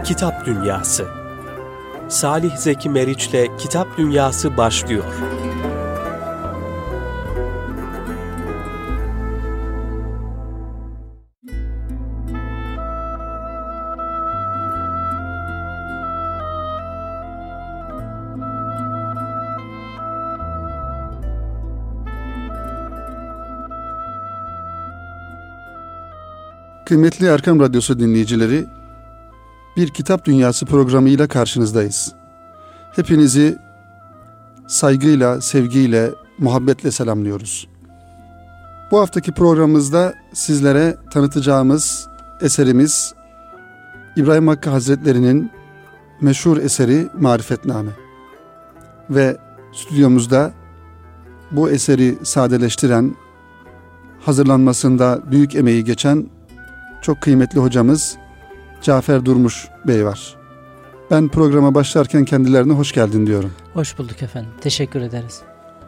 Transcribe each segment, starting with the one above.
Kitap Dünyası. Salih Zeki Meriç'le Kitap Dünyası başlıyor. Kıymetli Erkam Radyosu dinleyicileri, bir Kitap Dünyası programıyla karşınızdayız. Hepinizi saygıyla, sevgiyle, muhabbetle selamlıyoruz. Bu haftaki programımızda sizlere tanıtacağımız eserimiz İbrahim Hakkı Hazretleri'nin meşhur eseri Marifetname. Ve stüdyomuzda bu eseri sadeleştiren, hazırlanmasında büyük emeği geçen çok kıymetli hocamız Cafer Durmuş Bey var. Ben programa başlarken kendilerine hoş geldin diyorum. Hoş bulduk efendim. Teşekkür ederiz.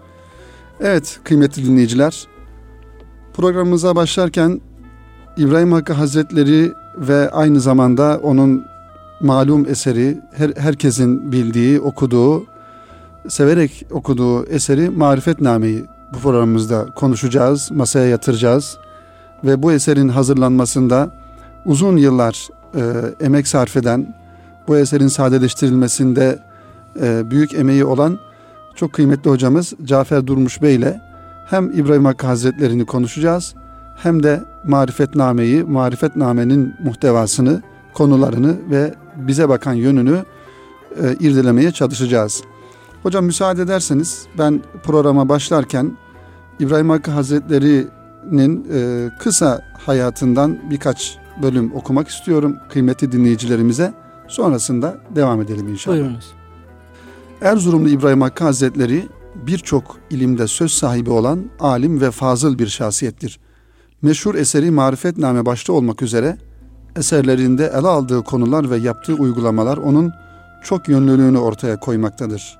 Evet kıymetli dinleyiciler, programımıza başlarken İbrahim Hakkı Hazretleri ve aynı zamanda onun malum eseri, herkesin bildiği, okuduğu, severek okuduğu eseri Marifetname'yi bu programımızda konuşacağız, masaya yatıracağız. Ve bu eserin hazırlanmasında uzun yıllar emek sarf eden, bu eserin sadeleştirilmesinde büyük emeği olan çok kıymetli hocamız Cafer Durmuş Bey ile hem İbrahim Hakkı Hazretleri'ni konuşacağız, hem de Marifetname'yi, Marifetname'nin muhtevasını, konularını ve bize bakan yönünü irdelemeye çalışacağız. Hocam müsaade ederseniz ben programa başlarken İbrahim Hakkı Hazretleri'nin kısa hayatından birkaç bölüm okumak istiyorum kıymetli dinleyicilerimize. Sonrasında devam edelim inşallah. Buyurunuz. Erzurumlu İbrahim Hakkı Hazretleri birçok ilimde söz sahibi olan alim ve fazıl bir şahsiyettir. Meşhur eseri Marifetname başta olmak üzere eserlerinde ele aldığı konular ve yaptığı uygulamalar onun çok yönlülüğünü ortaya koymaktadır.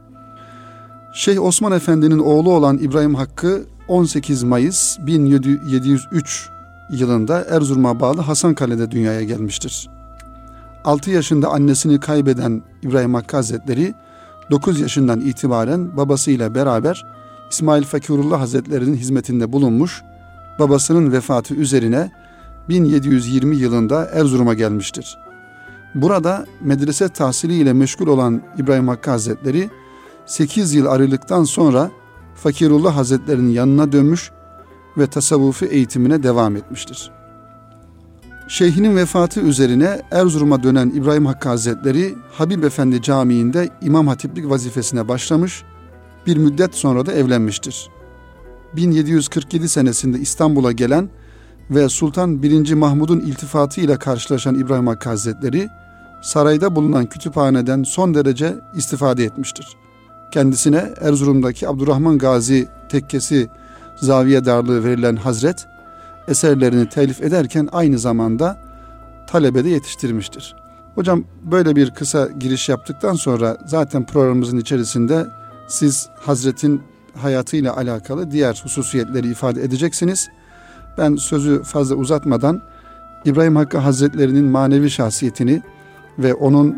Şeyh Osman Efendi'nin oğlu olan İbrahim Hakkı 18 Mayıs 1703 yılında Erzurum'a bağlı Hasankale'de dünyaya gelmiştir. 6 yaşında annesini kaybeden İbrahim Hakkı Hazretleri 9 yaşından itibaren babasıyla beraber İsmail Fakirullah Hazretleri'nin hizmetinde bulunmuş, babasının vefatı üzerine 1720 yılında Erzurum'a gelmiştir. Burada medrese tahsiliyle meşgul olan İbrahim Hakkı Hazretleri 8 yıl ayrılıktan sonra Fakirullah Hazretleri'nin yanına dönmüş ve tasavvufi eğitimine devam etmiştir. Şeyhinin vefatı üzerine Erzurum'a dönen İbrahim Hakkı Hazretleri Habib Efendi Camii'nde imam hatiplik vazifesine başlamış, bir müddet sonra da evlenmiştir. 1747 senesinde İstanbul'a gelen ve Sultan 1. Mahmud'un iltifatı ile karşılaşan İbrahim Hakkı Hazretleri sarayda bulunan kütüphaneden son derece istifade etmiştir. Kendisine Erzurum'daki Abdurrahman Gazi tekkesi zaviyedarlığı verilen Hazret eserlerini telif ederken aynı zamanda talebede yetiştirmiştir. Hocam böyle bir kısa giriş yaptıktan sonra zaten programımızın içerisinde siz Hazret'in hayatıyla alakalı diğer hususiyetleri ifade edeceksiniz. Ben sözü fazla uzatmadan İbrahim Hakkı Hazretleri'nin manevi şahsiyetini ve onun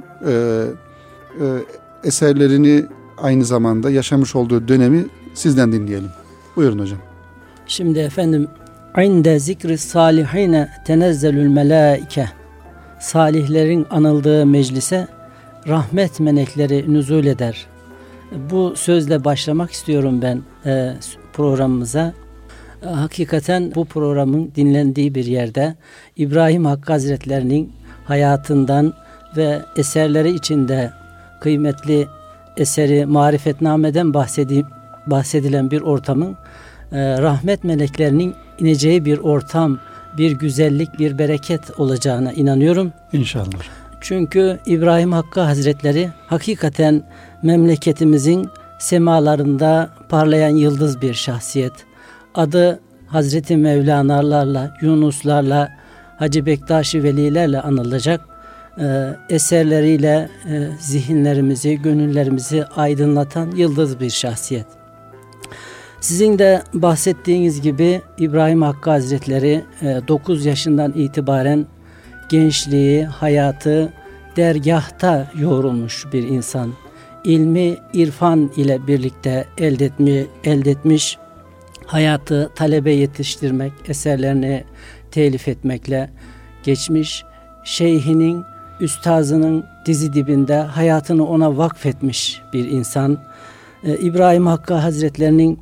eserlerini aynı zamanda yaşamış olduğu dönemi sizden dinleyelim. Buyurun hocam. Şimdi efendim, İnde zikri salihine tenezzelül melaike, salihlerin anıldığı meclise rahmet melekleri nüzul eder. Bu sözle başlamak istiyorum ben programımıza. Hakikaten bu programın dinlendiği bir yerde İbrahim Hakkı Hazretleri'nin hayatından ve eserleri içinde kıymetli eseri Marifetname'den bahsedilen bir ortamın rahmet meleklerinin ineceği bir ortam, bir güzellik, bir bereket olacağına inanıyorum. İnşallah. Çünkü İbrahim Hakkı Hazretleri hakikaten memleketimizin semalarında parlayan yıldız bir şahsiyet. Adı Hazreti Mevlana'larla, Yunuslarla, Hacı Bektaş-ı Velilerle anılacak. Eserleriyle zihinlerimizi, gönüllerimizi aydınlatan yıldız bir şahsiyet. Sizin de bahsettiğiniz gibi İbrahim Hakkı Hazretleri 9 yaşından itibaren gençliği, hayatı dergahta yoğrulmuş bir insan. İlmi irfan ile birlikte elde etmiş. Hayatı talebe yetiştirmek, eserlerini telif etmekle geçmiş. Şeyhinin, üstazının dizi dibinde hayatını ona vakfetmiş bir insan. İbrahim Hakkı Hazretlerinin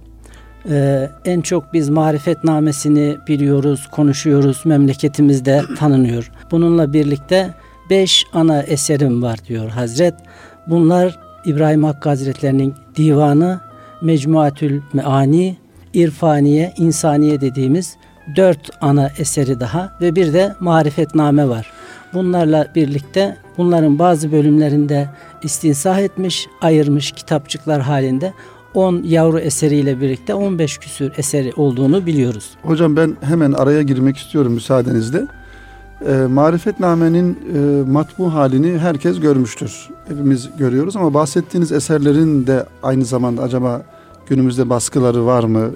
en çok biz marifetnamesini biliyoruz, konuşuyoruz, memleketimizde tanınıyor. Bununla birlikte 5 ana eserim var diyor Hazret. Bunlar İbrahim Hakkı Hazretlerinin divanı, Mecmuatül Meani, İrfaniye, İnsaniye dediğimiz 4 ana eseri daha ve bir de marifetname var. Bunlarla birlikte bunların bazı bölümlerinde istinsah etmiş, ayırmış kitapçıklar halinde 10 yavru eseriyle birlikte 15 küsür eseri olduğunu biliyoruz. Hocam ben hemen araya girmek istiyorum müsaadenizle. Marifetname'nin matbu halini herkes görmüştür. Hepimiz görüyoruz ama bahsettiğiniz eserlerin de aynı zamanda acaba günümüzde baskıları var mı?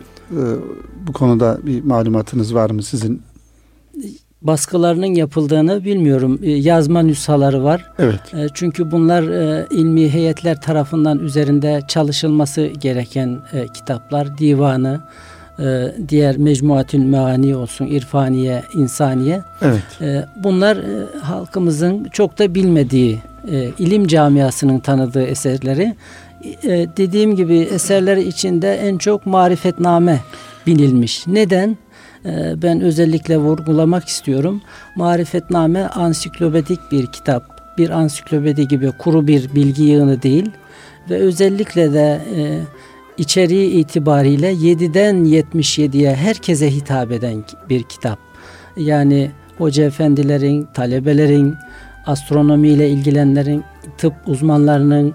Bu konuda bir malumatınız var mı sizin? Baskılarının yapıldığını bilmiyorum. Yazma nüshaları var. Evet. Çünkü bunlar ilmi heyetler tarafından üzerinde çalışılması gereken kitaplar. Divanı, diğer Mecmuatül Meani olsun, İrfaniye, İnsaniye. Evet. Bunlar halkımızın çok da bilmediği, ilim camiasının tanıdığı eserleri. Dediğim gibi eserleri içinde en çok marifetname bilinmiş. Neden? Ben özellikle vurgulamak istiyorum. Marifetname ansiklopedik bir kitap. Bir ansiklopedi gibi kuru bir bilgi yığını değil. Ve özellikle de içeriği itibariyle 7'den 77'ye herkese hitap eden bir kitap. Yani hoca efendilerin, talebelerin, astronomiyle ilgilenenlerin, tıp uzmanlarının,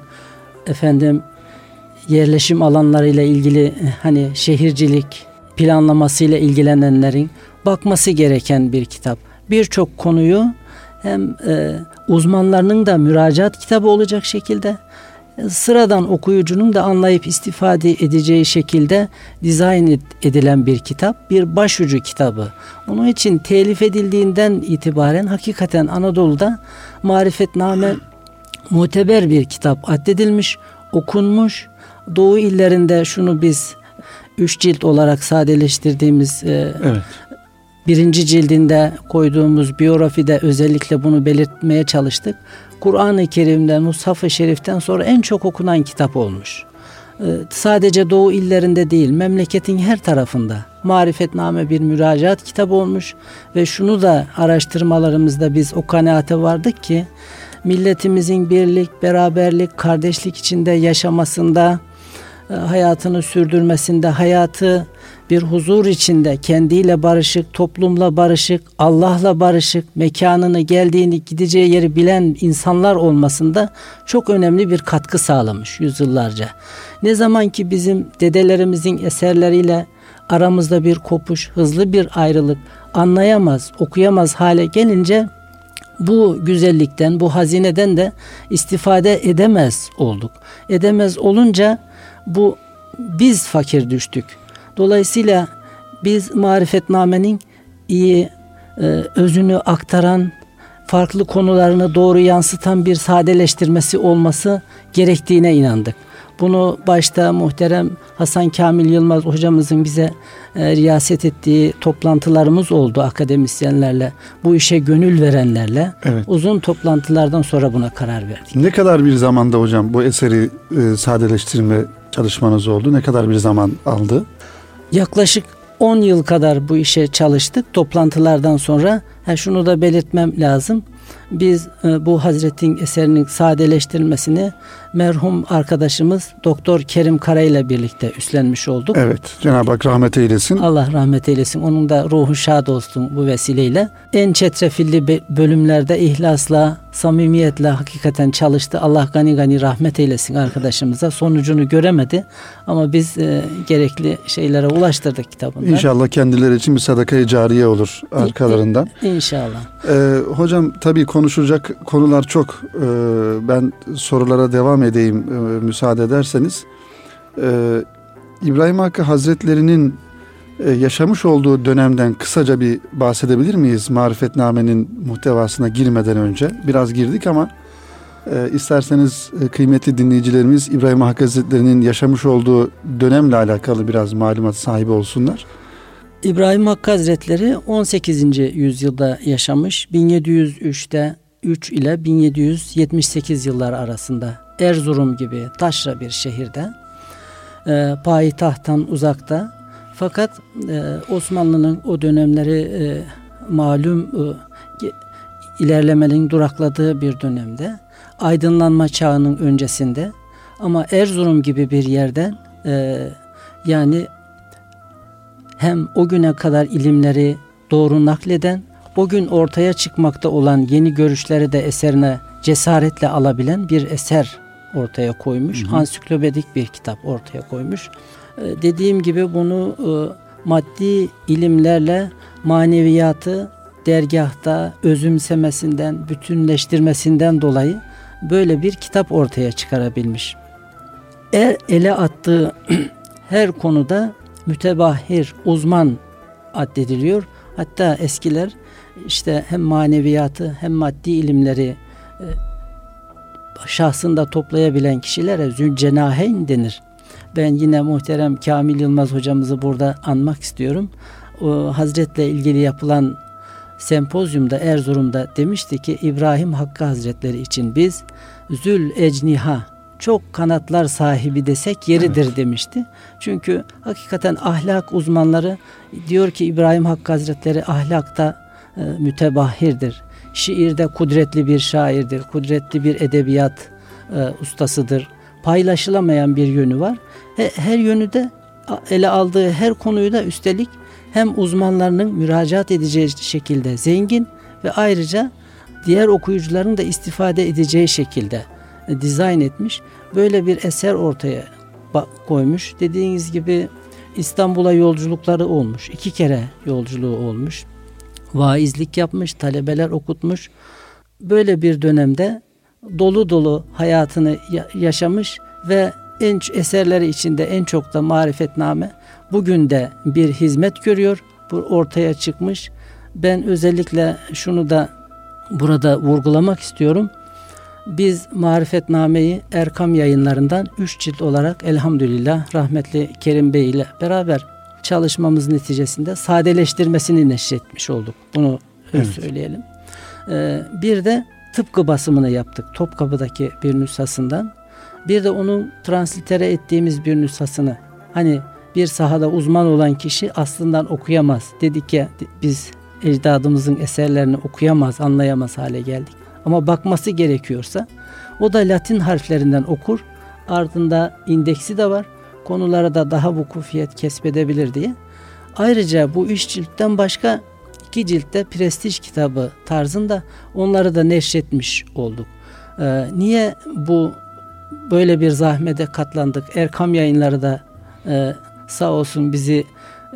yerleşim alanlarıyla ilgili hani şehircilik planlamasıyla ilgilenenlerin bakması gereken bir kitap. Birçok konuyu hem uzmanlarının da müracaat kitabı olacak şekilde sıradan okuyucunun da anlayıp istifade edeceği şekilde dizayn edilen bir kitap, bir başucu kitabı. Onun için telif edildiğinden itibaren hakikaten Anadolu'da marifetname muteber bir kitap addedilmiş, okunmuş. Doğu illerinde şunu biz 3 cilt olarak sadeleştirdiğimiz evet. 1. cildinde koyduğumuz biyografide özellikle bunu belirtmeye çalıştık. Kur'an-ı Kerim'den, Mushaf-ı Şerif'ten sonra en çok okunan kitap olmuş. Sadece Doğu illerinde değil, memleketin her tarafında marifetname bir müracaat kitabı olmuş ve şunu da araştırmalarımızda biz o kanaate vardık ki milletimizin birlik, beraberlik, kardeşlik içinde yaşamasında, hayatını sürdürmesinde, hayatı bir huzur içinde, kendiyle barışık, toplumla barışık, Allah'la barışık, mekanını, geldiğini, gideceği yeri bilen insanlar olmasında çok önemli bir katkı sağlamış yüzyıllarca. Ne zaman ki bizim dedelerimizin eserleriyle aramızda bir kopuş, hızlı bir ayrılık, anlayamaz, okuyamaz hale gelince bu güzellikten, bu hazineden de istifade edemez olduk. Edemez olunca biz fakir düştük. Dolayısıyla biz marifetnamenin iyi özünü aktaran, farklı konularını doğru yansıtan bir sadeleştirmesi olması gerektiğine inandık. Bunu başta muhterem Hasan Kamil Yılmaz hocamızın bize riyaset ettiği toplantılarımız oldu akademisyenlerle, bu işe gönül verenlerle. Evet. Uzun toplantılardan sonra buna karar verdik. Ne kadar bir zamanda hocam bu eseri sadeleştirme çalışmanız oldu? Ne kadar bir zaman aldı? Yaklaşık 10 yıl kadar bu işe çalıştık. Toplantılardan sonra şunu da belirtmem lazım. Biz bu Hazretin eserinin sadeleştirilmesini merhum arkadaşımız Doktor Kerim Kara ile birlikte üstlenmiş olduk. Evet, Cenab-ı Hak rahmet eylesin. Allah rahmet eylesin. Onun da ruhu şad olsun bu vesileyle. En çetrefilli bölümlerde ihlasla, samimiyetle hakikaten çalıştı. Allah gani gani rahmet eylesin arkadaşımıza. Sonucunu göremedi ama biz gerekli şeylere ulaştırdık kitabından. İnşallah kendileri için bir sadaka-i cariye olur arkalarından. İnşallah. Hocam tabii konuşacak konular çok. Ben sorulara devam edeyim müsaade ederseniz. İbrahim Hakkı Hazretleri'nin yaşamış olduğu dönemden kısaca bir bahsedebilir miyiz? Marifetname'nin muhtevasına girmeden önce. Biraz girdik ama İsterseniz kıymetli dinleyicilerimiz İbrahim Hakkı Hazretleri'nin yaşamış olduğu dönemle alakalı biraz malumat sahibi olsunlar. İbrahim Hakkı Hazretleri 18. yüzyılda yaşamış. 1703'te 3 ile 1778 yıllar arasında Erzurum gibi taşra bir şehirde, payitahttan uzakta, fakat Osmanlı'nın o dönemleri malum ilerlemenin durakladığı bir dönemde, aydınlanma çağının öncesinde, ama Erzurum gibi bir yerden yani hem o güne kadar ilimleri doğru nakleden, o gün ortaya çıkmakta olan yeni görüşleri de eserine cesaretle alabilen bir eser ortaya koymuş. Ansiklopedik bir kitap ortaya koymuş. Dediğim gibi bunu maddi ilimlerle maneviyatı dergahta özümsemesinden, bütünleştirmesinden dolayı böyle bir kitap ortaya çıkarabilmiş. Ele attığı her konuda mütebahhir, uzman addediliyor. Hatta eskiler işte hem maneviyatı hem maddi ilimleri şahsında toplayabilen kişilere zülcenaheyn denir. Ben yine muhterem Kamil Yılmaz hocamızı burada anmak istiyorum. O Hazretle ilgili yapılan sempozyumda Erzurum'da demişti ki, İbrahim Hakkı Hazretleri için biz zül ecniha, çok kanatlar sahibi desek yeridir demişti. Çünkü hakikaten ahlak uzmanları diyor ki İbrahim Hakkı Hazretleri ahlakta mütebahhirdir. Şiirde kudretli bir şairdir, kudretli bir edebiyat ustasıdır. Paylaşılamayan bir yönü var. Her yönü de ele aldığı her konuyu da üstelik hem uzmanlarının müracaat edeceği şekilde zengin ve ayrıca diğer okuyucuların da istifade edeceği şekilde dizayn etmiş. Böyle bir eser ortaya koymuş. Dediğiniz gibi İstanbul'a yolculukları olmuş. 2 kere yolculuğu olmuş. Vaizlik yapmış, talebeler okutmuş. Böyle bir dönemde dolu dolu hayatını yaşamış ve eserleri içinde en çok da Marifetname bugün de bir hizmet görüyor. Bu ortaya çıkmış. Ben özellikle şunu da burada vurgulamak istiyorum. Biz Marifetname'yi Erkam Yayınlarından 3 cilt olarak elhamdülillah rahmetli Kerim Bey ile beraber çalışmamız neticesinde sadeleştirmesini neşretmiş olduk. Bunu söyleyelim. Bir de tıpkı basımını yaptık. Topkapı'daki bir nüshasından. Bir de onun translitere ettiğimiz bir nüshasını. Hani bir sahada uzman olan kişi aslından okuyamaz. Dedik ya, biz ecdadımızın eserlerini okuyamaz, anlayamaz hale geldik. Ama bakması gerekiyorsa o da Latin harflerinden okur. Ardında indeksi de var. Konulara da daha vukufiyet kesbedebilir diye. Ayrıca bu 3 ciltten başka 2 ciltte prestij kitabı tarzında onları da neşretmiş olduk. Niye böyle bir zahmete katlandık? Erkam Yayınları da sağ olsun bizi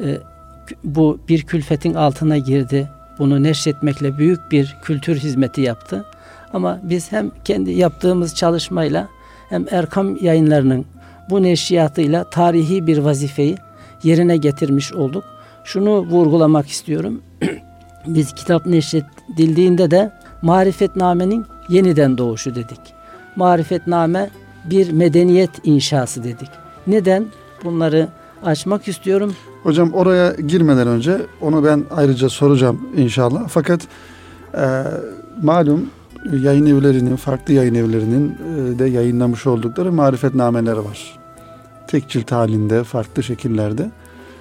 bu bir külfetin altına girdi. Bunu neşretmekle büyük bir kültür hizmeti yaptı. Ama biz hem kendi yaptığımız çalışmayla hem Erkam Yayınları'nın bu neşriyatıyla tarihi bir vazifeyi yerine getirmiş olduk. Şunu vurgulamak istiyorum. Biz kitap neşredildiğinde de Marifetname'nin yeniden doğuşu dedik. Marifetname bir medeniyet inşası dedik. Neden? Bunları açmak istiyorum. Hocam oraya girmeden önce onu ben ayrıca soracağım inşallah. Fakat malum yayın evlerinin, farklı yayın evlerinin de yayınlamış oldukları marifetnameler var. Tek cilt halinde, farklı şekillerde.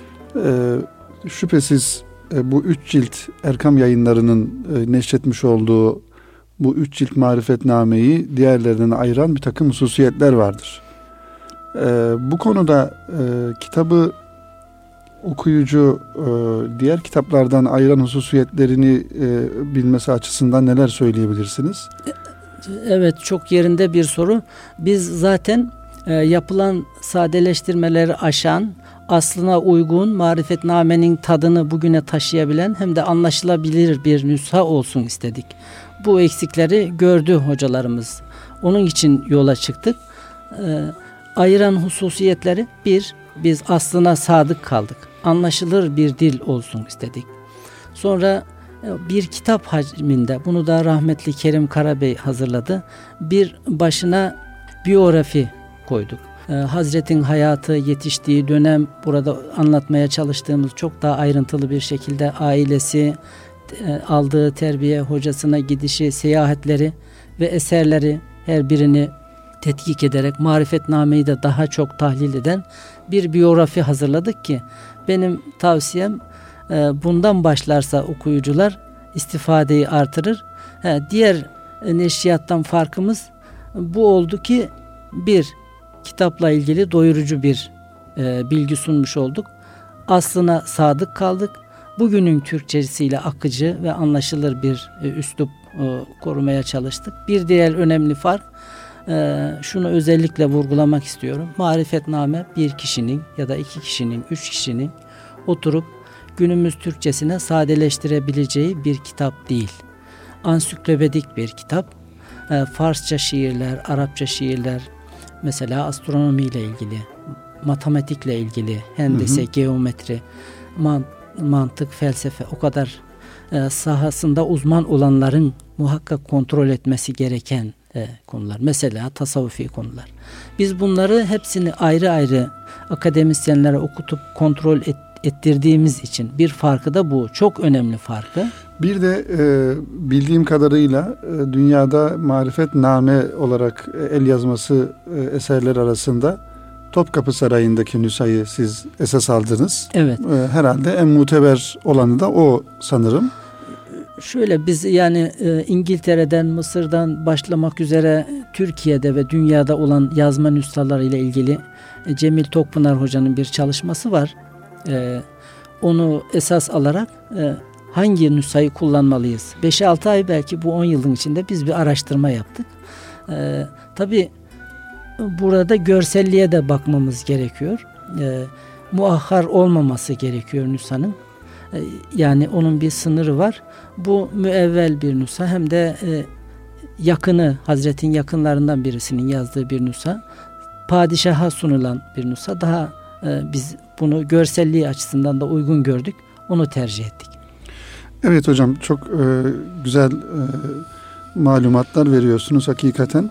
Şüphesiz bu 3 cilt Erkam Yayınları'nın neşretmiş olduğu bu 3 cilt marifetnameyi diğerlerinden ayıran bir takım hususiyetler vardır. Bu konuda kitabı okuyucu diğer kitaplardan ayıran hususiyetlerini bilmesi açısından neler söyleyebilirsiniz? Evet, çok yerinde bir soru. Biz zaten yapılan sadeleştirmeleri aşan, aslına uygun Marifetname'nin tadını bugüne taşıyabilen hem de anlaşılabilir bir nüsha olsun istedik. Bu eksikleri gördü hocalarımız. Onun için yola çıktık. Ayıran hususiyetleri biz aslına sadık kaldık. Anlaşılır bir dil olsun istedik. Sonra bir kitap hacminde, bunu da rahmetli Kerim Karabey hazırladı. Bir başına biyografi koyduk. Hazretin hayatı, yetiştiği dönem, burada anlatmaya çalıştığımız çok daha ayrıntılı bir şekilde ailesi, aldığı terbiye, hocasına gidişi, seyahatleri ve eserleri, her birini tetkik ederek Marifetname'yi de daha çok tahlil eden bir biyografi hazırladık ki benim tavsiyem bundan başlarsa okuyucular istifadeyi artırır. Diğer neşriyattan farkımız bu oldu ki bir, kitapla ilgili doyurucu bir bilgi sunmuş olduk. Aslına sadık kaldık. Bugünün Türkçesiyle akıcı ve anlaşılır bir üslup korumaya çalıştık. Bir diğer önemli fark, şunu özellikle vurgulamak istiyorum. Marifetname bir kişinin ya da iki kişinin, üç kişinin oturup günümüz Türkçesine sadeleştirebileceği bir kitap değil. Ansiklopedik bir kitap. Farsça şiirler, Arapça şiirler, mesela astronomiyle ilgili, matematikle ilgili, hendese, geometri, mantık, felsefe, o kadar sahasında uzman olanların muhakkak kontrol etmesi gereken konular. Mesela tasavvufi konular. Biz bunları hepsini ayrı ayrı akademisyenlere okutup kontrol ettirdiğimiz için bir farkı da bu. Çok önemli farkı. Bir de bildiğim kadarıyla dünyada Marifetname olarak el yazması eserler arasında Topkapı Sarayı'ndaki nüshayı siz esas aldınız. Evet. Herhalde en muteber olanı da o sanırım. Şöyle, biz yani İngiltere'den, Mısır'dan başlamak üzere Türkiye'de ve dünyada olan yazma nüshaları ile ilgili Cemil Tokpınar Hoca'nın bir çalışması var. Onu esas alarak hangi nüshayı kullanmalıyız? 5-6 ay, belki bu 10 yılın içinde biz bir araştırma yaptık. Tabii burada görselliğe de bakmamız gerekiyor. Muahhar olmaması gerekiyor nüshanın. Yani onun bir sınırı var. Bu müevvel bir nüsha, hem de yakını, Hazretin yakınlarından birisinin yazdığı bir nüsha. Padişaha sunulan bir nüsha. Daha biz bunu görselliği açısından da uygun gördük. Onu tercih ettik. Evet hocam, çok güzel malumatlar veriyorsunuz hakikaten.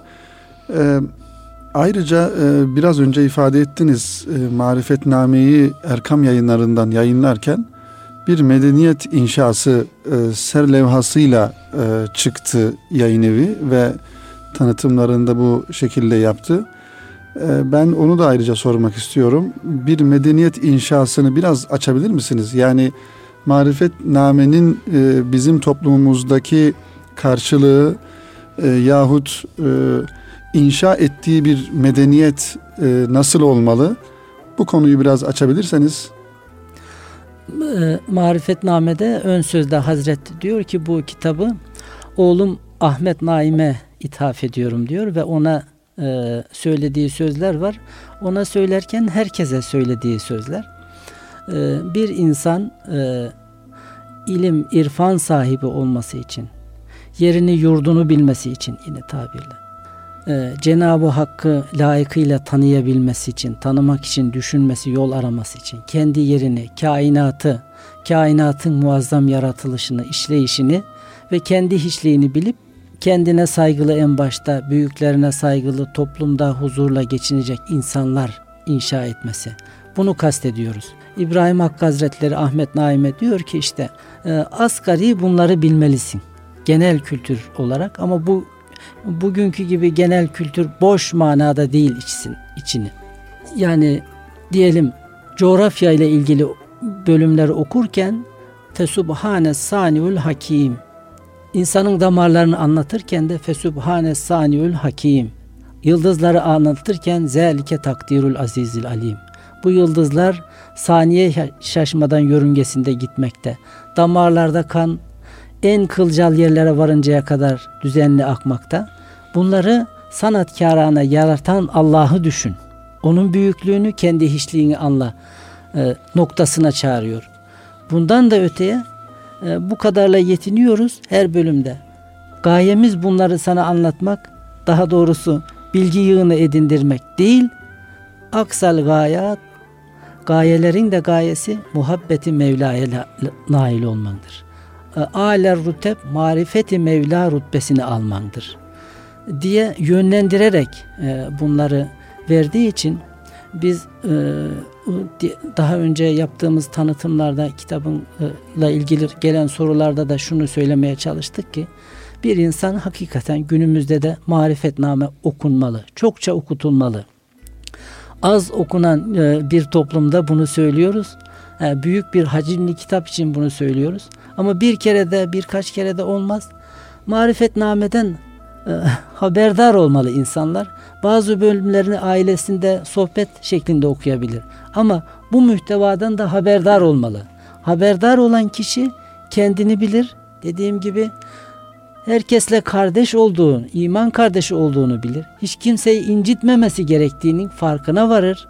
Ayrıca biraz önce ifade ettiniz, Marifetname'yi Erkam Yayınları'ndan yayınlarken bir medeniyet inşası serlevhasıyla çıktı yayın evi ve tanıtımlarında bu şekilde yaptı. Ben onu da ayrıca sormak istiyorum. Bir medeniyet inşasını biraz açabilir misiniz? Yani Marifetname'nin bizim toplumumuzdaki karşılığı yahut inşa ettiği bir medeniyet nasıl olmalı? Bu konuyu biraz açabilirseniz. Marifetname'de ön sözde Hazret diyor ki bu kitabı oğlum Ahmet Naim'e ithaf ediyorum diyor ve ona söylediği sözler var. Ona söylerken herkese söylediği sözler. Bir insan ilim, irfan sahibi olması için, yerini yurdunu bilmesi için, yine tabirle, Cenab-ı Hakk'ı layıkıyla tanıyabilmesi için, tanımak için, düşünmesi, yol araması için, kendi yerini, kainatın muazzam yaratılışını, işleyişini ve kendi hiçliğini bilip kendine saygılı, en başta büyüklerine saygılı, toplumda huzurla geçinecek insanlar inşa etmesi. Bunu kastediyoruz. İbrahim Hakkı Hazretleri Ahmet Naim'e diyor ki işte asgari bunları bilmelisin genel kültür olarak, ama bugünkü gibi genel kültür boş manada değil içini. Yani diyelim coğrafya ile ilgili bölümleri okurken Fesubhanes Saniül Hakim, İnsanın damarlarını anlatırken de Fesubhanes Saniül Hakim, yıldızları anlatırken Zelike Takdirül Azizil Alim. Bu yıldızlar saniye şaşmadan yörüngesinde gitmekte. Damarlarda kan en kılcal yerlere varıncaya kadar düzenli akmakta. Bunları sanatkarane yaratan Allah'ı düşün. Onun büyüklüğünü, kendi hiçliğini anla noktasına çağırıyor. Bundan da öteye bu kadarla yetiniyoruz her bölümde. Gayemiz bunları sana anlatmak, daha doğrusu bilgi yığını edindirmek değil, aksal gayat, gayelerin de gayesi muhabbeti Mevla'ya nail olmaktır. âler ruteb marifeti Mevla rutbesini almandır diye yönlendirerek bunları verdiği için biz daha önce yaptığımız tanıtımlarda kitabınla ilgili gelen sorularda da şunu söylemeye çalıştık ki bir insan hakikaten günümüzde de marifetname okunmalı, çokça okutulmalı. Az okunan bir toplumda bunu söylüyoruz. Büyük bir hacimli kitap için bunu söylüyoruz. Ama bir kere de birkaç kere de olmaz. Marifetnameden haberdar olmalı insanlar. Bazı bölümlerini ailesinde sohbet şeklinde okuyabilir. Ama bu muhtevadan da haberdar olmalı. Haberdar olan kişi kendini bilir. Dediğim gibi herkesle kardeş olduğunu, iman kardeşi olduğunu bilir. Hiç kimseyi incitmemesi gerektiğinin farkına varır.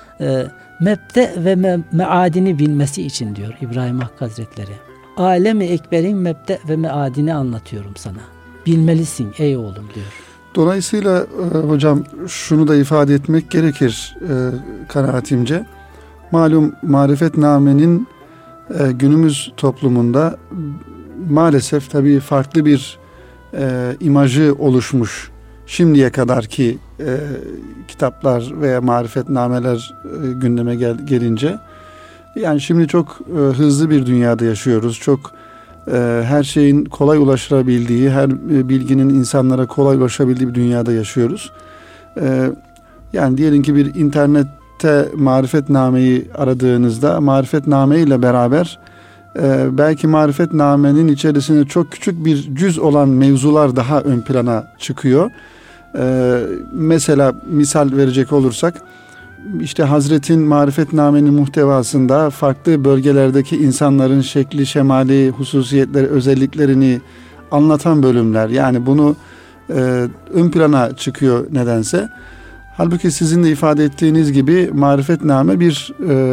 Mebde ve meadini bilmesi için diyor İbrahim Hakkı Hazretleri. Alem-i Ekber'in mebde ve meadini anlatıyorum sana. Bilmelisin ey oğlum diyor. Dolayısıyla hocam şunu da ifade etmek gerekir kanaatimce. Malum marifetnamenin günümüz toplumunda maalesef tabii farklı bir imajı oluşmuş. Şimdiye kadarki kitaplar veya marifetnameler gündeme gelince. Yani şimdi çok hızlı bir dünyada yaşıyoruz. Çok her şeyin kolay ulaşılabildiği, her bilginin insanlara kolay ulaşabildiği bir dünyada yaşıyoruz. Yani diyelim ki bir internette marifetnameyi aradığınızda marifetname ile beraber belki marifetnamenin içerisinde çok küçük bir cüz olan mevzular daha ön plana çıkıyor. Mesela misal verecek olursak işte Hazret'in marifetnamenin muhtevasında farklı bölgelerdeki insanların şekli, şemali, hususiyetleri, özelliklerini anlatan bölümler. Yani bunu ön plana çıkıyor nedense. Halbuki sizin de ifade ettiğiniz gibi marifetname bir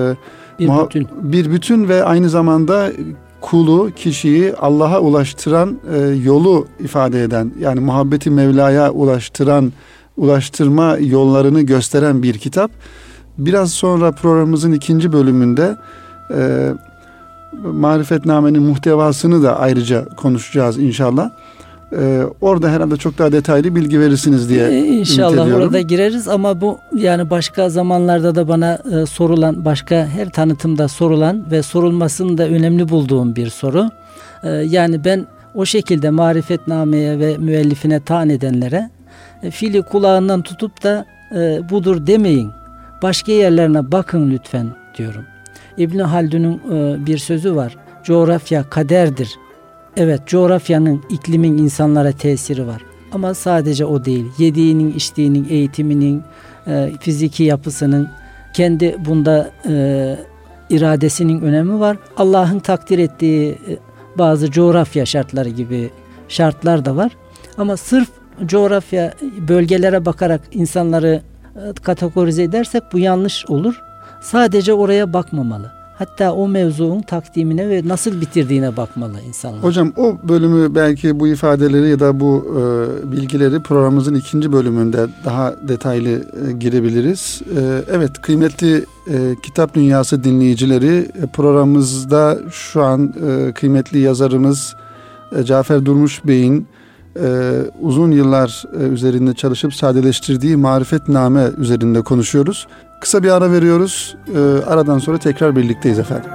bütün ve aynı zamanda kulu, kişiyi Allah'a ulaştıran yolu ifade eden, yani muhabbeti Mevla'ya ulaştırma yollarını gösteren bir kitap. Biraz sonra programımızın 2. bölümünde marifetnamenin muhtevasını da ayrıca konuşacağız inşallah. Orada herhalde çok daha detaylı bilgi verirsiniz diye İnşallah orada gireriz ama bu yani başka zamanlarda da bana sorulan, başka her tanıtımda sorulan ve sorulmasını da önemli bulduğum bir soru. Yani ben o şekilde marifetnameye ve müellifine taan edenlere fili kulağından tutup da budur demeyin. Başka yerlerine bakın lütfen diyorum. İbn Haldun'un bir sözü var. Coğrafya kaderdir. Evet, coğrafyanın, iklimin insanlara tesiri var. Ama sadece o değil. Yediğinin, içtiğinin, eğitiminin, fiziki yapısının, kendi bunda iradesinin önemi var. Allah'ın takdir ettiği bazı coğrafya şartları gibi şartlar da var. Ama sırf coğrafya, bölgelere bakarak insanları kategorize edersek bu yanlış olur. Sadece oraya bakmamalı. Hatta o mevzuun takdimine ve nasıl bitirdiğine bakmalı insanlar. Hocam o bölümü belki bu ifadeleri ya da bu bilgileri programımızın 2. bölümünde daha detaylı girebiliriz. Evet, kıymetli Kitap Dünyası dinleyicileri, programımızda şu an kıymetli yazarımız Cafer Durmuş Bey'in uzun yıllar üzerinde çalışıp sadeleştirdiği marifetname üzerinde konuşuyoruz. Kısa bir ara veriyoruz. Aradan sonra tekrar birlikteyiz efendim.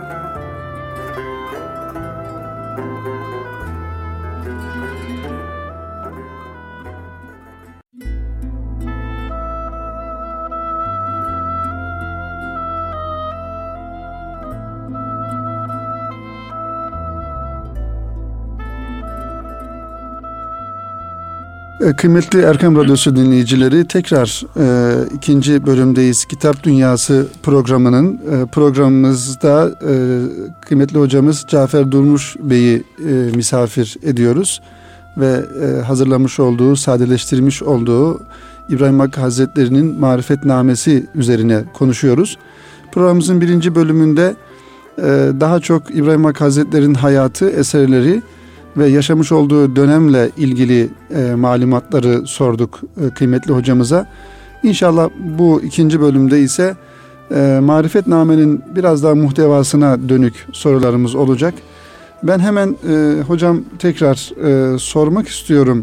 Kıymetli Erkam Radyosu dinleyicileri, tekrar 2. bölümdeyiz. Kitap Dünyası programının programımızda kıymetli hocamız Cafer Durmuş Bey'i misafir ediyoruz ve hazırlamış olduğu, sadeleştirmiş olduğu İbrahim Hakkı Hazretleri'nin Marifetnamesi üzerine konuşuyoruz. Programımızın 1. bölümünde daha çok İbrahim Hakkı Hazretleri'nin hayatı, eserleri ve yaşamış olduğu dönemle ilgili malumatları sorduk kıymetli hocamıza. İnşallah bu 2. bölümde ise marifetnamenin biraz daha muhtevasına dönük sorularımız olacak. Ben hemen hocam tekrar sormak istiyorum.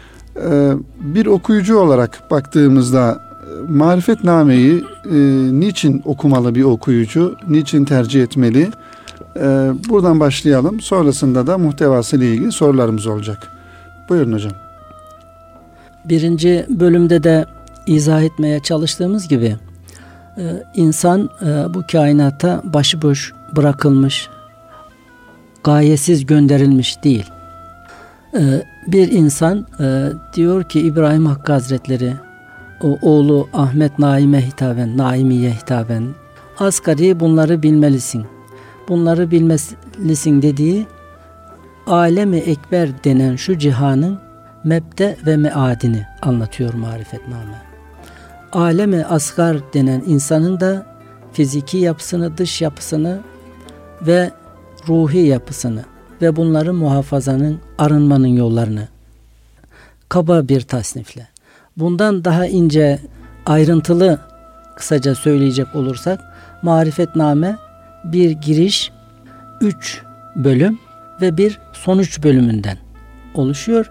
Bir okuyucu olarak baktığımızda Marifetname'yi niçin okumalı bir okuyucu, niçin tercih etmeli? Buradan başlayalım. Sonrasında da muhtevası ile ilgili sorularımız olacak. Buyurun hocam. Birinci bölümde de izah etmeye çalıştığımız gibi insan bu kainata başıboş bırakılmış, gayesiz gönderilmiş değil. Bir insan diyor ki İbrahim Hakkı Hazretleri o oğlu Ahmet Naim'e hitaben, Naimi'ye hitaben, asgari bunları bilmelisin. Bunları bilmelisin dediği alemi ekber denen şu cihanın mebde ve meadini anlatıyor Marifetname. Alemi asgar denen insanın da fiziki yapısını, dış yapısını ve ruhi yapısını ve bunların muhafazanın, arınmanın yollarını kaba bir tasnifle. Bundan daha ince, ayrıntılı kısaca söyleyecek olursak Marifetname bir giriş, 3 bölüm ve bir sonuç bölümünden oluşuyor.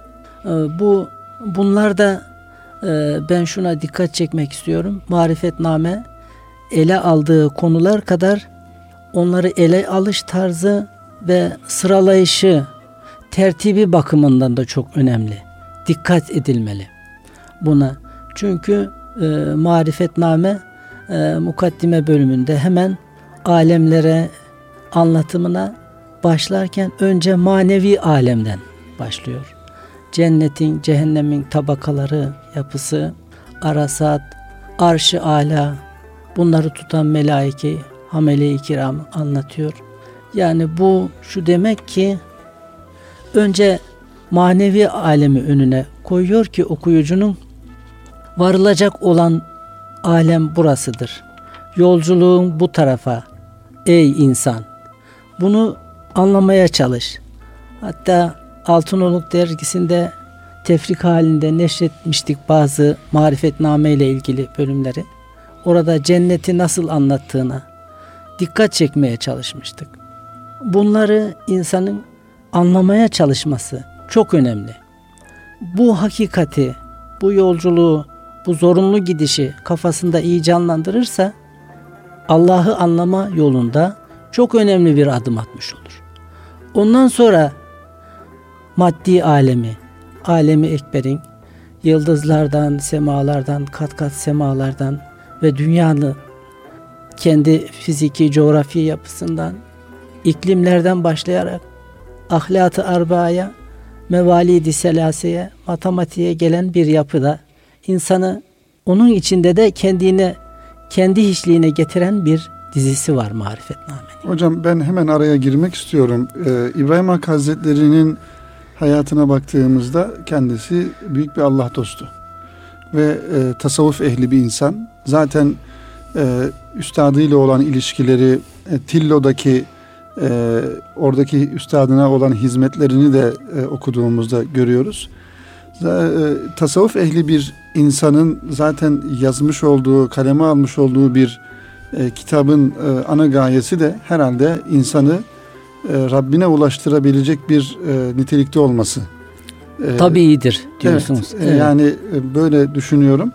Bunlar da ben şuna dikkat çekmek istiyorum. Marifetname ele aldığı konular kadar onları ele alış tarzı ve sıralayışı, tertibi bakımından da çok önemli. Dikkat edilmeli buna. Çünkü Marifetname mukaddime bölümünde hemen alemlere anlatımına başlarken önce manevi alemden başlıyor. Cennetin, cehennemin tabakaları, yapısı, arasat, arş-ı âlâ, bunları tutan melaike, hamele-i kiram anlatıyor. Yani bu şu demek ki önce manevi alemi önüne koyuyor ki okuyucunun varılacak olan alem burasıdır. Yolculuğun bu tarafa ey insan. Bunu anlamaya çalış. Hatta Altınoluk dergisinde tefrik halinde neşretmiştik bazı Marifetname ile ilgili bölümleri. Orada cenneti nasıl anlattığına dikkat çekmeye çalışmıştık. Bunları insanın anlamaya çalışması çok önemli. Bu hakikati, bu yolculuğu, bu zorunlu gidişi kafasında iyi canlandırırsa Allah'ı anlama yolunda çok önemli bir adım atmış olur. Ondan sonra maddi alemi ekberin yıldızlardan, semalardan, kat kat semalardan ve dünyanın kendi fiziki, coğrafi yapısından, iklimlerden başlayarak ahlât-ı arba'ya, mevalid-i selaseye, matematiğe gelen bir yapıda insanı onun içinde de kendi hiçliğine getiren bir dizisi var Marifetname'nin. Hocam ben hemen araya girmek istiyorum. İbrahim Hakkı Hazretleri'nin hayatına baktığımızda kendisi büyük bir Allah dostu ve tasavvuf ehli bir insan. Zaten üstadıyla olan ilişkileri, Tillo'daki oradaki üstadına olan hizmetlerini de okuduğumuzda görüyoruz. Tasavvuf ehli bir insanın zaten yazmış olduğu, kaleme almış olduğu bir kitabın ana gayesi de herhalde insanı Rabbine ulaştırabilecek bir nitelikte olması. Tabiidir diyorsunuz. Evet. Yani böyle düşünüyorum.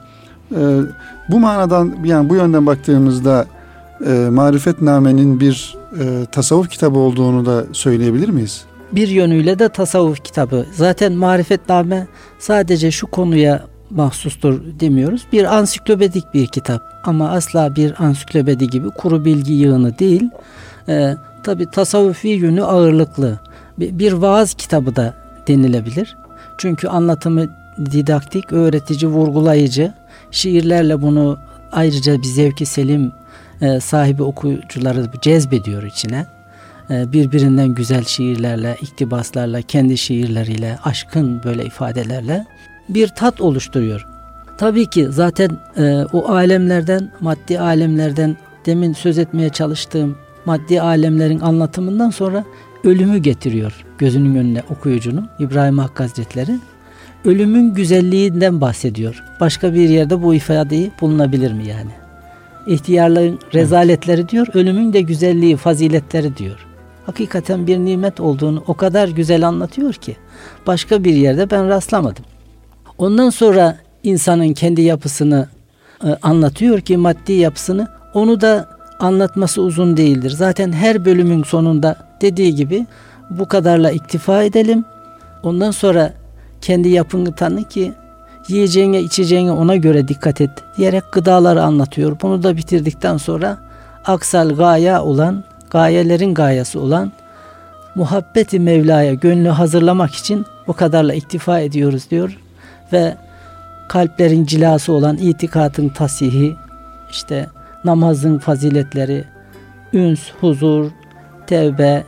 Bu manadan, yani bu yönden baktığımızda Marifetname'nin bir tasavvuf kitabı olduğunu da söyleyebilir miyiz? Bir yönüyle de tasavvuf kitabı. Zaten Marifetname sadece şu konuya mahsustur demiyoruz. Bir ansiklopedik bir kitap ama asla bir ansiklopedi gibi kuru bilgi yığını değil. Tabi tasavvufi yönü ağırlıklı. Bir vaaz kitabı da denilebilir. Çünkü anlatımı didaktik, öğretici, vurgulayıcı. Şiirlerle bunu ayrıca bir zevki selim sahibi okuyucuları cezbediyor içine. Birbirinden güzel şiirlerle, iktibaslarla, kendi şiirleriyle, aşkın böyle ifadelerle bir tat oluşturuyor. Tabii ki zaten o alemlerden, maddi alemlerden, demin söz etmeye çalıştığım maddi alemlerin anlatımından sonra ölümü getiriyor gözünün önüne okuyucunun, İbrahim Hakkı Hazretleri. Ölümün güzelliğinden bahsediyor. Başka bir yerde bu ifadeyi bulunabilir mi yani? İhtiyarlığın rezaletleri diyor, ölümün de güzelliği, faziletleri diyor. hakikaten bir nimet olduğunu o kadar güzel anlatıyor ki başka bir yerde ben rastlamadım. Ondan sonra insanın kendi yapısını anlatıyor ki maddi yapısını, onu da anlatması uzun değildir. Zaten her bölümün sonunda dediği gibi bu kadarla iktifa edelim. Ondan sonra kendi yapını tanı ki yiyeceğine içeceğine ona göre dikkat et diyerek gıdaları anlatıyor. Bunu da bitirdikten sonra aksal gaye olan, gayelerin gayesi olan muhabbeti Mevla'ya gönlü hazırlamak için bu kadarla iktifa ediyoruz diyor. Ve kalplerin cilası olan itikadın tasihi, işte namazın faziletleri, üns, huzur, tevbe,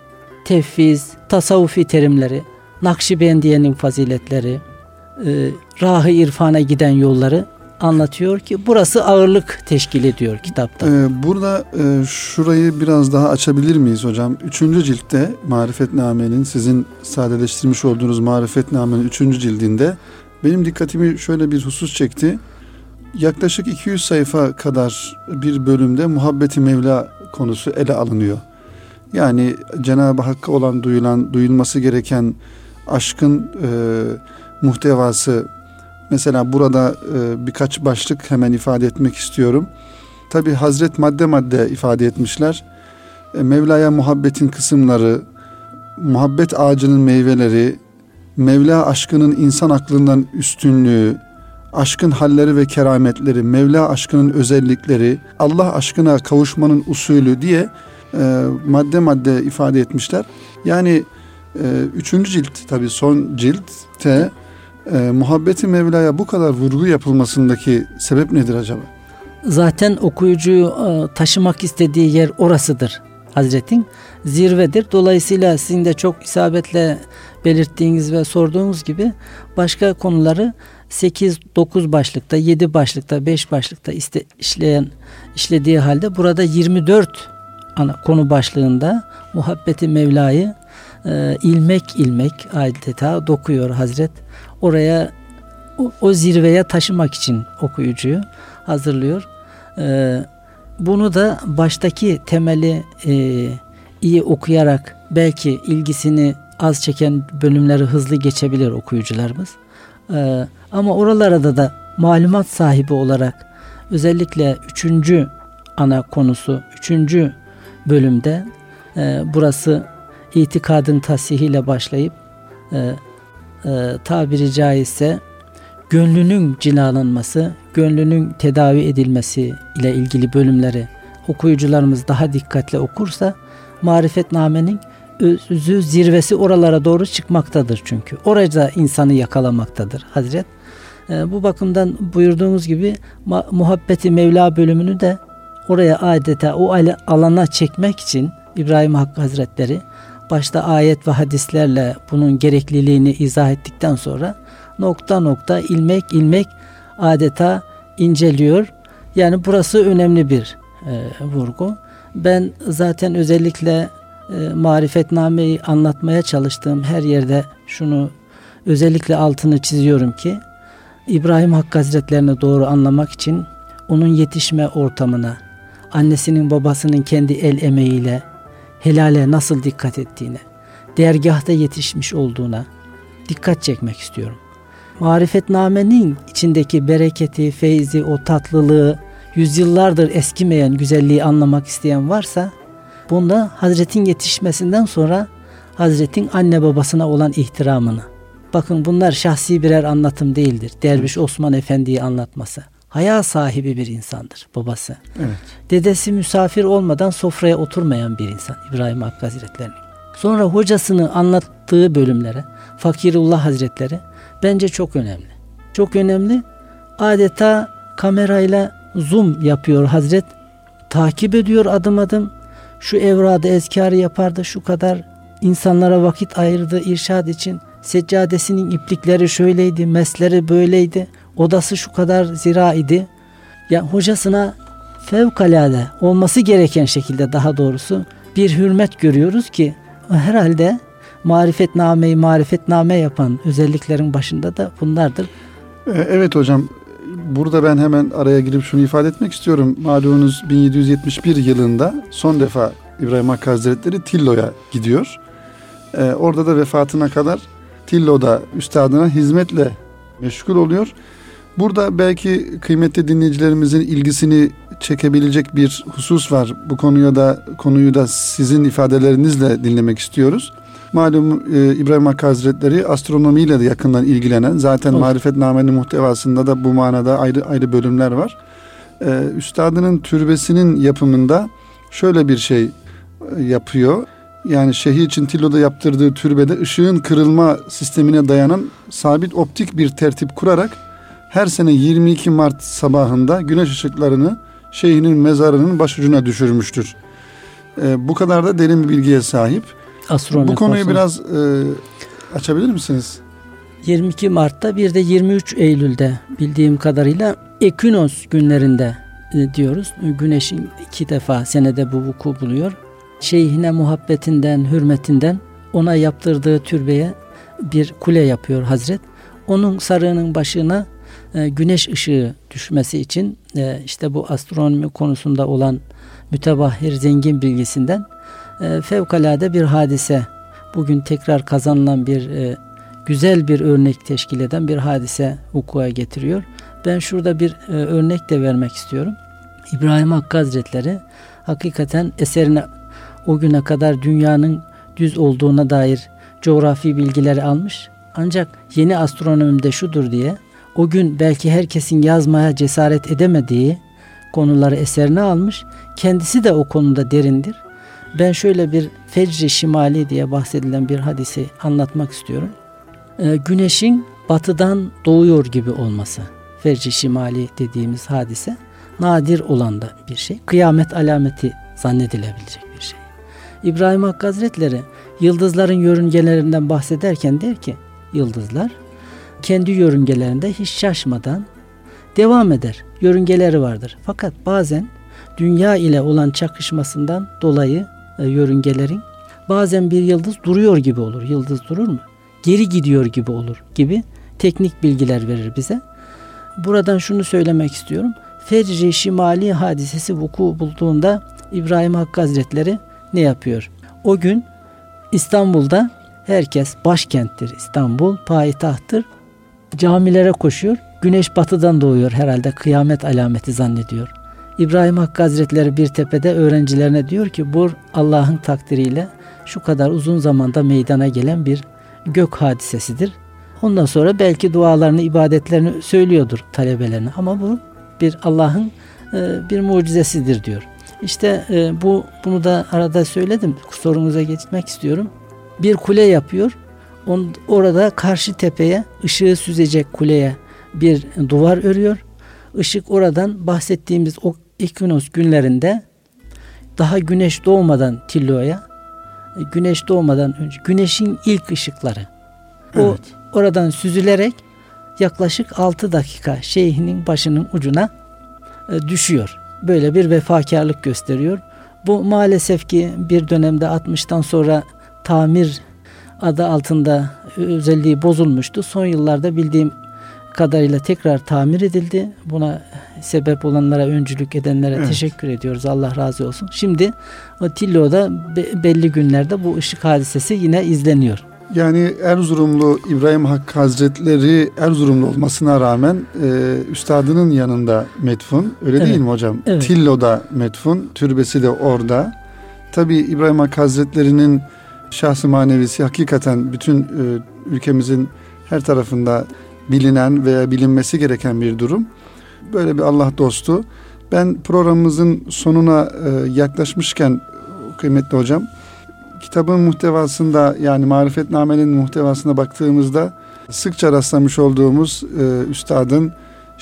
tefviz, tasavvufi terimleri, Nakşibendiye'nin faziletleri, rah-ı irfana giden yolları anlatıyor ki burası ağırlık teşkil ediyor kitapta. Burada şurayı biraz daha açabilir miyiz hocam? 3. ciltte Marifetname'nin, sizin sadeleştirmiş olduğunuz Marifetname'nin 3. cildinde benim dikkatimi şöyle bir husus çekti. Yaklaşık 200 sayfa kadar bir bölümde muhabbeti Mevla konusu ele alınıyor. Yani Cenab-ı Hakk'a olan duyulması gereken aşkın muhtevası. Mesela burada birkaç başlık hemen ifade etmek istiyorum. Tabi Hazret madde madde ifade etmişler. Mevla'ya muhabbetin kısımları, muhabbet ağacının meyveleri, Mevla aşkının insan aklından üstünlüğü, aşkın halleri ve kerametleri, Mevla aşkının özellikleri, Allah aşkına kavuşmanın usulü diye madde madde ifade etmişler. Yani 3. cilt, tabi son ciltte muhabbeti Mevla'ya bu kadar vurgu yapılmasındaki sebep nedir acaba? Zaten okuyucuyu taşımak istediği yer orasıdır. Hazretin zirvedir. Dolayısıyla sizin de çok isabetle belirttiğiniz ve sorduğunuz gibi başka konuları 8-9 başlıkta, 7 başlıkta, 5 başlıkta işlediği halde burada 24 ana konu başlığında muhabbeti Mevla'yı ilmek ilmek adeta dokuyor Hazret. Oraya o zirveye taşımak için okuyucuyu hazırlıyor. Bunu da baştaki temeli iyi okuyarak belki ilgisini az çeken bölümleri hızlı geçebilir okuyucularımız. Ama oralarda da malumat sahibi olarak özellikle 3. ana konusu 3. bölümde burası itikadın tasihiyle başlayıp tabiri caizse gönlünün cilalanması, gönlünün tedavi edilmesi ile ilgili bölümleri okuyucularımız daha dikkatle okursa Marifetname'nin özü zirvesi oralara doğru çıkmaktadır çünkü. Orada insanı yakalamaktadır Hazret. Bu bakımdan buyurduğumuz gibi muhabbeti Mevla bölümünü de oraya adeta o alana çekmek için İbrahim Hakkı Hazretleri başta ayet ve hadislerle bunun gerekliliğini izah ettikten sonra nokta nokta ilmek ilmek adeta inceliyor. Yani burası önemli bir vurgu. Ben zaten özellikle Marifetname'yi anlatmaya çalıştığım her yerde şunu özellikle altını çiziyorum ki İbrahim Hakkı Hazretlerini doğru anlamak için onun yetişme ortamına, annesinin babasının kendi el emeğiyle helale nasıl dikkat ettiğine, dergâhta yetişmiş olduğuna dikkat çekmek istiyorum. Marifetname'nin içindeki bereketi, feyzi, o tatlılığı, yüzyıllardır eskimeyen güzelliği anlamak isteyen varsa, bunda Hazret'in yetişmesinden sonra Hazret'in anne babasına olan ihtiramını. Bakın bunlar şahsi birer anlatım değildir. Derviş Osman Efendi'yi anlatması. Haya sahibi bir insandır babası. Evet. Dedesi misafir olmadan sofraya oturmayan bir insan İbrahim Hakkı Hazretleri'nin. Sonra hocasını anlattığı bölümlere Fakirullah Hazretleri bence çok önemli. Çok önemli. Adeta kamerayla zoom yapıyor Hazret. Takip ediyor adım adım. Şu evradı ezkarı yapardı, şu kadar insanlara vakit ayırdı irşad için. Seccadesinin iplikleri şöyleydi, mesleri böyleydi. Odası şu kadar zira idi. Ya hocasına fevkalade olması gereken şekilde daha doğrusu bir hürmet görüyoruz ki herhalde Marifetname'yi marifetname yapan özelliklerin başında da bunlardır. Evet hocam, burada ben hemen araya girip şunu ifade etmek istiyorum. Malumunuz 1771 yılında son defa İbrahim Hakkı Hazretleri Tillo'ya gidiyor. Orada da vefatına kadar Tillo'da üstadına hizmetle meşgul oluyor. Burada belki kıymetli dinleyicilerimizin ilgisini çekebilecek bir husus var. Bu konuyu da sizin ifadelerinizle dinlemek istiyoruz. Malum İbrahim Hakkı Hazretleri astronomiyle de yakından ilgilenen, zaten Marifetname'nin muhtevasında da bu manada ayrı bölümler var. Üstadının türbesinin yapımında şöyle bir şey yapıyor. Yani şehir için Tillo'da yaptırdığı türbede ışığın kırılma sistemine dayanan sabit optik bir tertip kurarak her sene 22 Mart sabahında güneş ışıklarını şeyhinin mezarının başucuna düşürmüştür. Bu kadar da derin bir bilgiye sahip. Bu konuyu biraz açabilir misiniz? 22 Mart'ta bir de 23 Eylül'de bildiğim kadarıyla ekinoz günlerinde diyoruz. Güneşin 2 defa senede bu vuku buluyor. Şeyhine muhabbetinden, hürmetinden ona yaptırdığı türbeye bir kule yapıyor Hazret. Onun sarığının başına güneş ışığı düşmesi için işte bu astronomi konusunda olan mütebahhir zengin bilgisinden fevkalade bir hadise, bugün tekrar kazanılan bir güzel bir örnek teşkil eden bir hadise vuku'a getiriyor. Ben şurada bir örnek de vermek istiyorum. İbrahim Hakkı Hazretleri hakikaten eserine o güne kadar dünyanın düz olduğuna dair coğrafi bilgileri almış. Ancak yeni astronomide şudur diye o gün belki herkesin yazmaya cesaret edemediği konuları eserine almış. Kendisi de o konuda derindir. Ben şöyle bir Fecr-i Şimali diye bahsedilen bir hadisi anlatmak istiyorum. Güneşin batıdan doğuyor gibi olması. Fecr-i Şimali dediğimiz hadise nadir olan da bir şey. Kıyamet alameti zannedilebilecek bir şey. İbrahim Hakkı Hazretleri yıldızların yörüngelerinden bahsederken der ki yıldızlar kendi yörüngelerinde hiç şaşmadan devam eder. Yörüngeleri vardır. Fakat bazen dünya ile olan çakışmasından dolayı yörüngelerin bazen bir yıldız duruyor gibi olur. Yıldız durur mu? Geri gidiyor gibi olur gibi teknik bilgiler verir bize. Buradan şunu söylemek istiyorum. Fecr-i Şimali hadisesi vuku bulduğunda İbrahim Hakkı Hazretleri ne yapıyor? O gün İstanbul'da herkes, başkenttir İstanbul, payitahttır. Camilere koşuyor. Güneş batıdan doğuyor herhalde, kıyamet alameti zannediyor. İbrahim Hakkı Hazretleri bir tepede öğrencilerine diyor ki bu Allah'ın takdiriyle şu kadar uzun zamanda meydana gelen bir gök hadisesidir. Ondan sonra belki dualarını, ibadetlerini söylüyordur talebelerine ama bu bir Allah'ın bir mucizesidir diyor. İşte bunu da arada söyledim. Sorunuza geçmek istiyorum. Bir kule yapıyor. Orada karşı tepeye ışığı süzecek kuleye bir duvar örüyor. Işık oradan bahsettiğimiz o ekinoz günlerinde daha güneş doğmadan Tillo'ya, güneş doğmadan önce güneşin ilk ışıkları o oradan süzülerek yaklaşık 6 dakika şeyhinin başının ucuna düşüyor. Böyle bir vefakarlık gösteriyor. Bu maalesef ki bir dönemde 60'tan sonra tamir adı altında özelliği bozulmuştu. Son yıllarda bildiğim kadarıyla tekrar tamir edildi. Buna sebep olanlara, öncülük edenlere teşekkür ediyoruz. Allah razı olsun. Şimdi o Tillo'da belli günlerde bu ışık hadisesi yine izleniyor. Yani Erzurumlu İbrahim Hakkı Hazretleri Erzurumlu olmasına rağmen üstadının yanında metfun. Öyle değil mi hocam? Evet. Tillo'da metfun. Türbesi de orada. Tabii İbrahim Hakkı Hazretleri'nin şahs-ı manevisi hakikaten bütün ülkemizin her tarafında bilinen veya bilinmesi gereken bir durum. Böyle bir Allah dostu. Ben programımızın sonuna yaklaşmışken kıymetli hocam, kitabın muhtevasında, yani Marifetname'nin muhtevasına baktığımızda sıkça rastlamış olduğumuz üstadın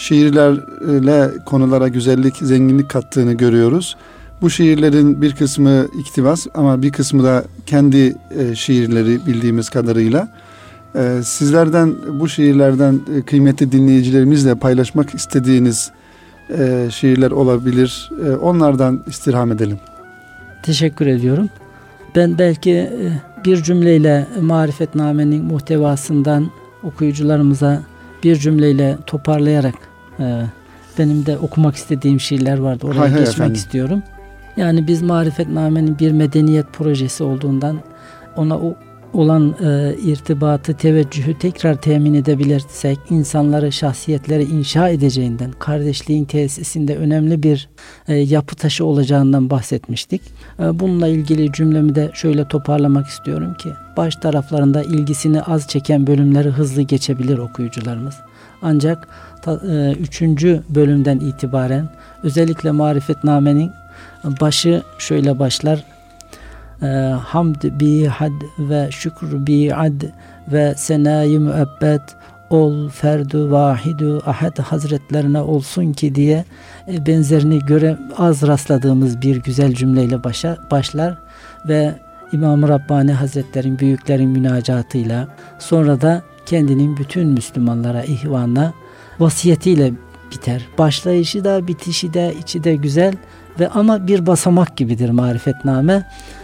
şiirlerle konulara güzellik, zenginlik kattığını görüyoruz. Bu şiirlerin bir kısmı iktibas ama bir kısmı da kendi şiirleri bildiğimiz kadarıyla. Sizlerden, bu şiirlerden kıymetli dinleyicilerimizle paylaşmak istediğiniz şiirler olabilir. Onlardan istirham edelim. Teşekkür ediyorum. Ben belki bir cümleyle Marifetname'nin muhtevasından okuyucularımıza bir cümleyle toparlayarak benim de okumak istediğim şiirler vardı. Oraya geçmek istiyorum. Yani biz Marifetname'nin bir medeniyet projesi olduğundan ona olan irtibatı, teveccühü tekrar temin edebilirsek, insanları, şahsiyetleri inşa edeceğinden, kardeşliğin tesisinde önemli bir yapı taşı olacağından bahsetmiştik. Bununla ilgili cümlemi de şöyle toparlamak istiyorum ki, baş taraflarında ilgisini az çeken bölümleri hızlı geçebilir okuyucularımız. Ancak 3. bölümden itibaren özellikle Marifetname'nin başı şöyle başlar: hamd bi'ad ve şükr bi'ad ve senâ-i müebbet ol ferdu vahidu ahad hazretlerine olsun ki diye benzerini az rastladığımız bir güzel cümleyle başlar ve İmam-ı Rabbani Hazretlerin, büyüklerin münacatıyla, sonra da kendinin bütün Müslümanlara, ihvanına vasiyetiyle biter. Başlayışı da, bitişi de, içi de güzel ve ama bir basamak gibidir Marifetname.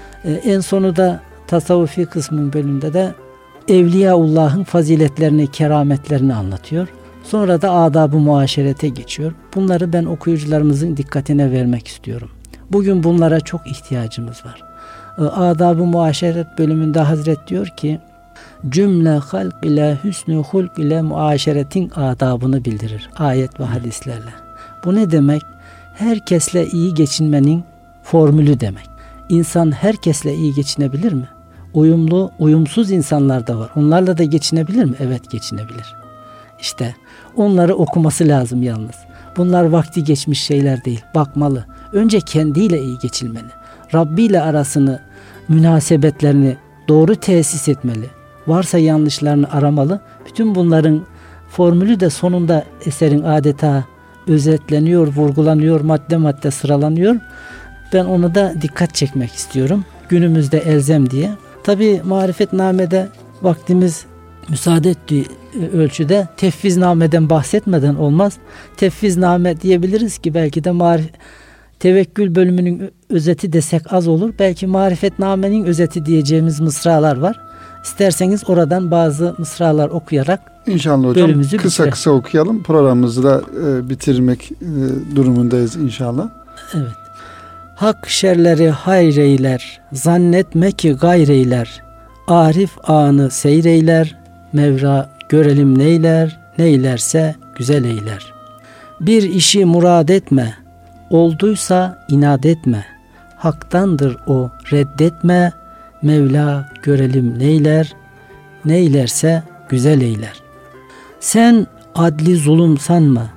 En sonu da tasavvufi kısmın bölümünde de Evliyaullah'ın faziletlerini, kerametlerini anlatıyor. Sonra da adab-ı muaşerete geçiyor. Bunları ben okuyucularımızın dikkatine vermek istiyorum. Bugün bunlara çok ihtiyacımız var. Adab-ı muaşeret bölümünde Hazret diyor ki, cümle halk ile hüsnü hulk ile muaşeretin adabını bildirir ayet ve hadislerle. Bu ne demek? Herkesle iyi geçinmenin formülü demek. İnsan herkesle iyi geçinebilir mi? Uyumlu, uyumsuz insanlar da var. Onlarla da geçinebilir mi? Evet, geçinebilir. İşte onları okuması lazım yalnız. Bunlar vakti geçmiş şeyler değil. Bakmalı. Önce kendiyle iyi geçilmeli. Rabbi ile arasını, münasebetlerini doğru tesis etmeli. Varsa yanlışlarını aramalı. Bütün bunların formülü de sonunda eserin adeta özetleniyor, vurgulanıyor, madde madde sıralanıyor. Ben ona da dikkat çekmek istiyorum. Günümüzde elzem diye. Tabi Marifetname'de vaktimiz müsaade ettiği ölçüde tefviznameden bahsetmeden olmaz. Tefvizname diyebiliriz ki belki de tevekkül bölümünün özeti desek az olur. Belki Marifetname'nin özeti diyeceğimiz mısralar var. İsterseniz oradan bazı mısralar okuyarak İnşallah hocam kısa okuyalım. Programımızı da bitirmek durumundayız inşallah. Evet. Hak şerleri hayreyler, zannetme ki gayreyler. Arif anı seyreyler, Mevla görelim neyler, neylerse güzel eyler. Bir işi murad etme, olduysa inat etme. Haktandır o, reddetme, Mevla görelim neyler, neylerse güzel eyler. Sen adli zulüm sanma,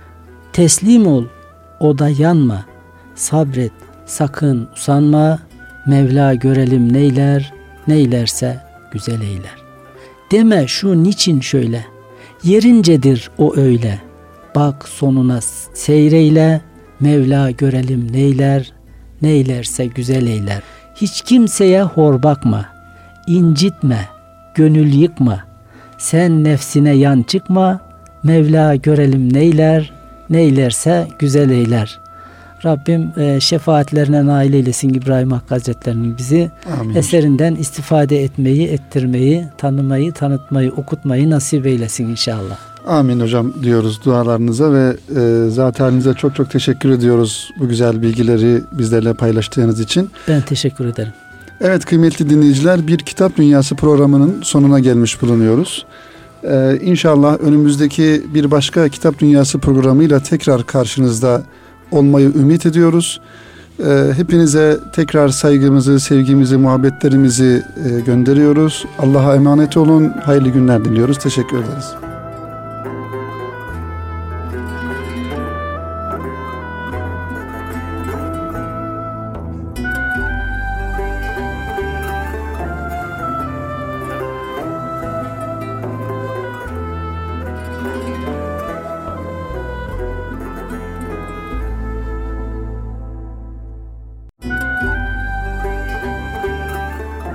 teslim ol, o da yanma. Sabret, sakın usanma, Mevla görelim neyler, neylerse güzel eyler. Deme şu niçin şöyle, yerincedir o öyle. Bak sonuna seyreyle, Mevla görelim neyler, neylerse güzel eyler. Hiç kimseye hor bakma, incitme, gönül yıkma. Sen nefsine yan çıkma, Mevla görelim neyler, neylerse güzel eyler. Rabbim şefaatlerine nail eylesin İbrahim Hakkı Hazretleri'nin bizi. Amin. Eserinden istifade etmeyi, ettirmeyi, tanımayı, tanıtmayı, okutmayı nasip eylesin inşallah. Amin hocam diyoruz dualarınıza ve zat halinize çok çok teşekkür ediyoruz bu güzel bilgileri bizlerle paylaştığınız için. Ben teşekkür ederim. Evet kıymetli dinleyiciler, bir Kitap Dünyası programının sonuna gelmiş bulunuyoruz. İnşallah önümüzdeki bir başka Kitap Dünyası programıyla tekrar karşınızda olmayı ümit ediyoruz. Hepinize tekrar saygımızı, sevgimizi, muhabbetlerimizi gönderiyoruz. Allah'a emanet olun. Hayırlı günler diliyoruz. Teşekkür ederiz.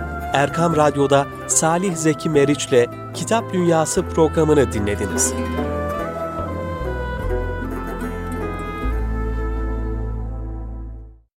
Erkam Radyo'da Salih Zeki Meriç'le Kitap Dünyası programını dinlediniz.